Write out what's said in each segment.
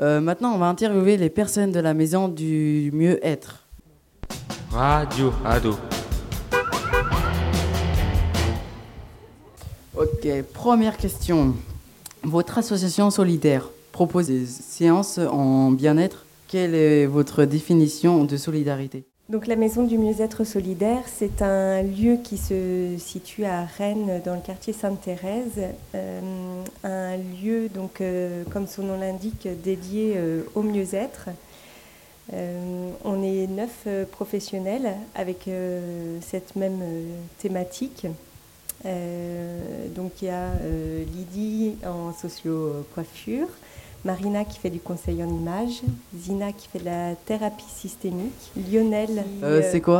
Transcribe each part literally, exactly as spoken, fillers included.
Euh, maintenant, on va interviewer les personnes de la maison du mieux-être. Radio Ado. Ok, première question. Votre association solidaire propose des séances en bien-être. Quelle est votre définition de solidarité ? Donc la Maison du Mieux-être Solidaire, c'est un lieu qui se situe à Rennes, dans le quartier Sainte-Thérèse. Euh, un lieu, donc, euh, comme son nom l'indique, dédié euh, au mieux-être. Euh, on est neuf euh, professionnels avec euh, cette même euh, thématique. Euh, donc il y a euh, Lydie en socio-coiffure, Marina qui fait du conseil en images, Zina qui fait de la thérapie systémique, Lionel... Qui, euh, c'est quoi ?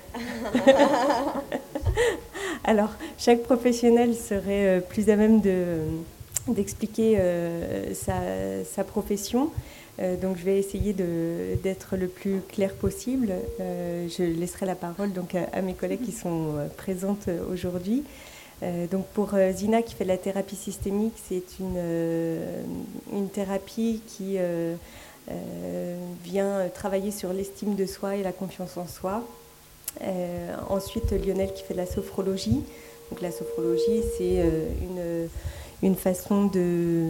Alors, chaque professionnel serait plus à même de, d'expliquer euh, sa, sa profession. Euh, donc, je vais essayer de, d'être le plus clair possible. Euh, je laisserai la parole donc, à, à mes collègues qui sont présentes aujourd'hui. Euh, donc pour euh, Zina qui fait de la thérapie systémique, c'est une, euh, une thérapie qui euh, euh, vient travailler sur l'estime de soi et la confiance en soi. Euh, ensuite, Lionel qui fait de la sophrologie. Donc la sophrologie, c'est euh, une, une façon de,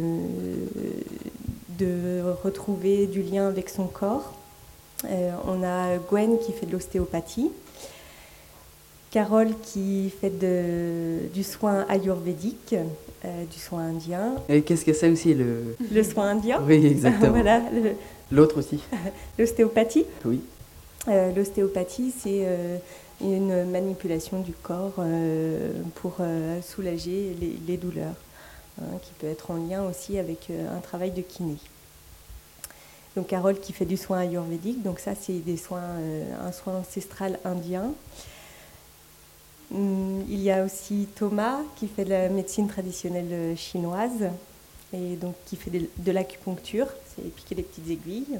de retrouver du lien avec son corps. Euh, on a Gwen qui fait de l'ostéopathie. Carole qui fait de, du soin ayurvédique, euh, du soin indien. Et qu'est-ce que c'est aussi le... Le soin indien. Oui, exactement. Voilà, le... L'autre aussi. L'ostéopathie. Oui. Euh, l'ostéopathie, c'est euh, une manipulation du corps euh, pour euh, soulager les, les douleurs, hein, qui peut être en lien aussi avec euh, un travail de kiné. Donc Carole qui fait du soin ayurvédique, donc ça c'est des soins, euh, un soin ancestral indien. Il y a aussi Thomas qui fait de la médecine traditionnelle chinoise et donc qui fait de, de l'acupuncture, c'est piquer des petites aiguilles.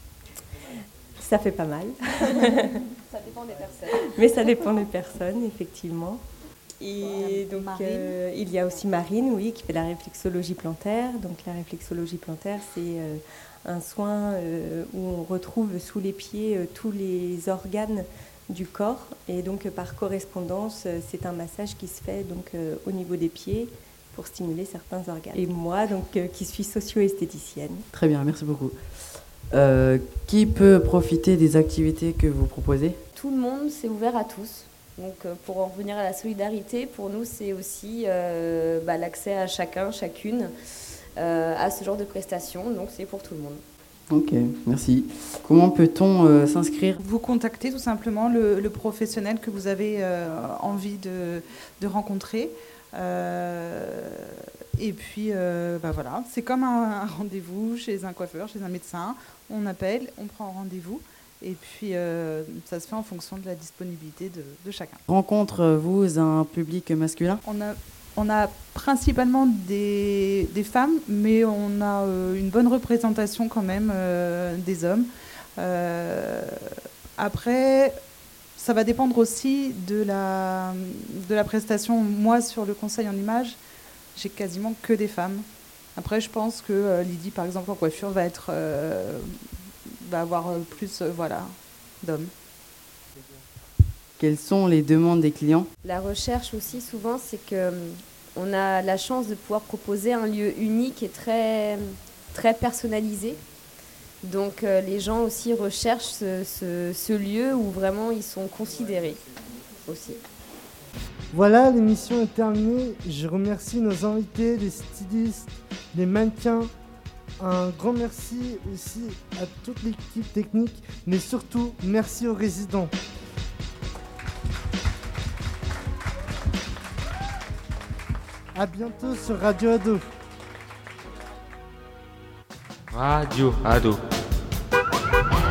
Ça fait pas mal. Ça dépend des personnes. Mais ça dépend des personnes, effectivement. Et donc euh, il y a aussi Marine, oui, qui fait de la réflexologie plantaire. Donc la réflexologie plantaire, c'est euh, un soin euh, où on retrouve sous les pieds euh, tous les organes du corps et donc par correspondance c'est un massage qui se fait donc euh, au niveau des pieds pour stimuler certains organes. Et moi donc euh, qui suis socio-esthéticienne. Très bien, merci beaucoup. Euh, qui peut profiter des activités que vous proposez ? Tout le monde, c'est ouvert à tous. Donc euh, pour en revenir à la solidarité, pour nous c'est aussi euh, bah, l'accès à chacun, chacune euh, à ce genre de prestations. Donc c'est pour tout le monde. Ok, merci. Comment peut-on euh, s'inscrire ? Vous contactez tout simplement le, le professionnel que vous avez euh, envie de, de rencontrer. Euh, et puis, euh, bah voilà, c'est comme un, un rendez-vous chez un coiffeur, chez un médecin. On appelle, on prend un rendez-vous. Et puis, euh, ça se fait en fonction de la disponibilité de, de chacun. Rencontrez-vous un public masculin ? On a... On a principalement des, des femmes, mais on a euh, une bonne représentation quand même euh, des hommes. Euh, après, ça va dépendre aussi de la, de la prestation. Moi, sur le conseil en images, j'ai quasiment que des femmes. Après, je pense que euh, Lydie, par exemple, en coiffure, va, être, euh, va avoir plus euh, voilà, d'hommes. Quelles sont les demandes des clients ? La recherche aussi, souvent, c'est qu'on a la chance de pouvoir proposer un lieu unique et très, très personnalisé. Donc euh, les gens aussi recherchent ce, ce, ce lieu où vraiment ils sont considérés aussi. Voilà, l'émission est terminée. Je remercie nos invités, les stylistes, les mannequins. Un grand merci aussi à toute l'équipe technique, mais surtout, merci aux résidents. À bientôt sur Radio Ado. Radio Ado.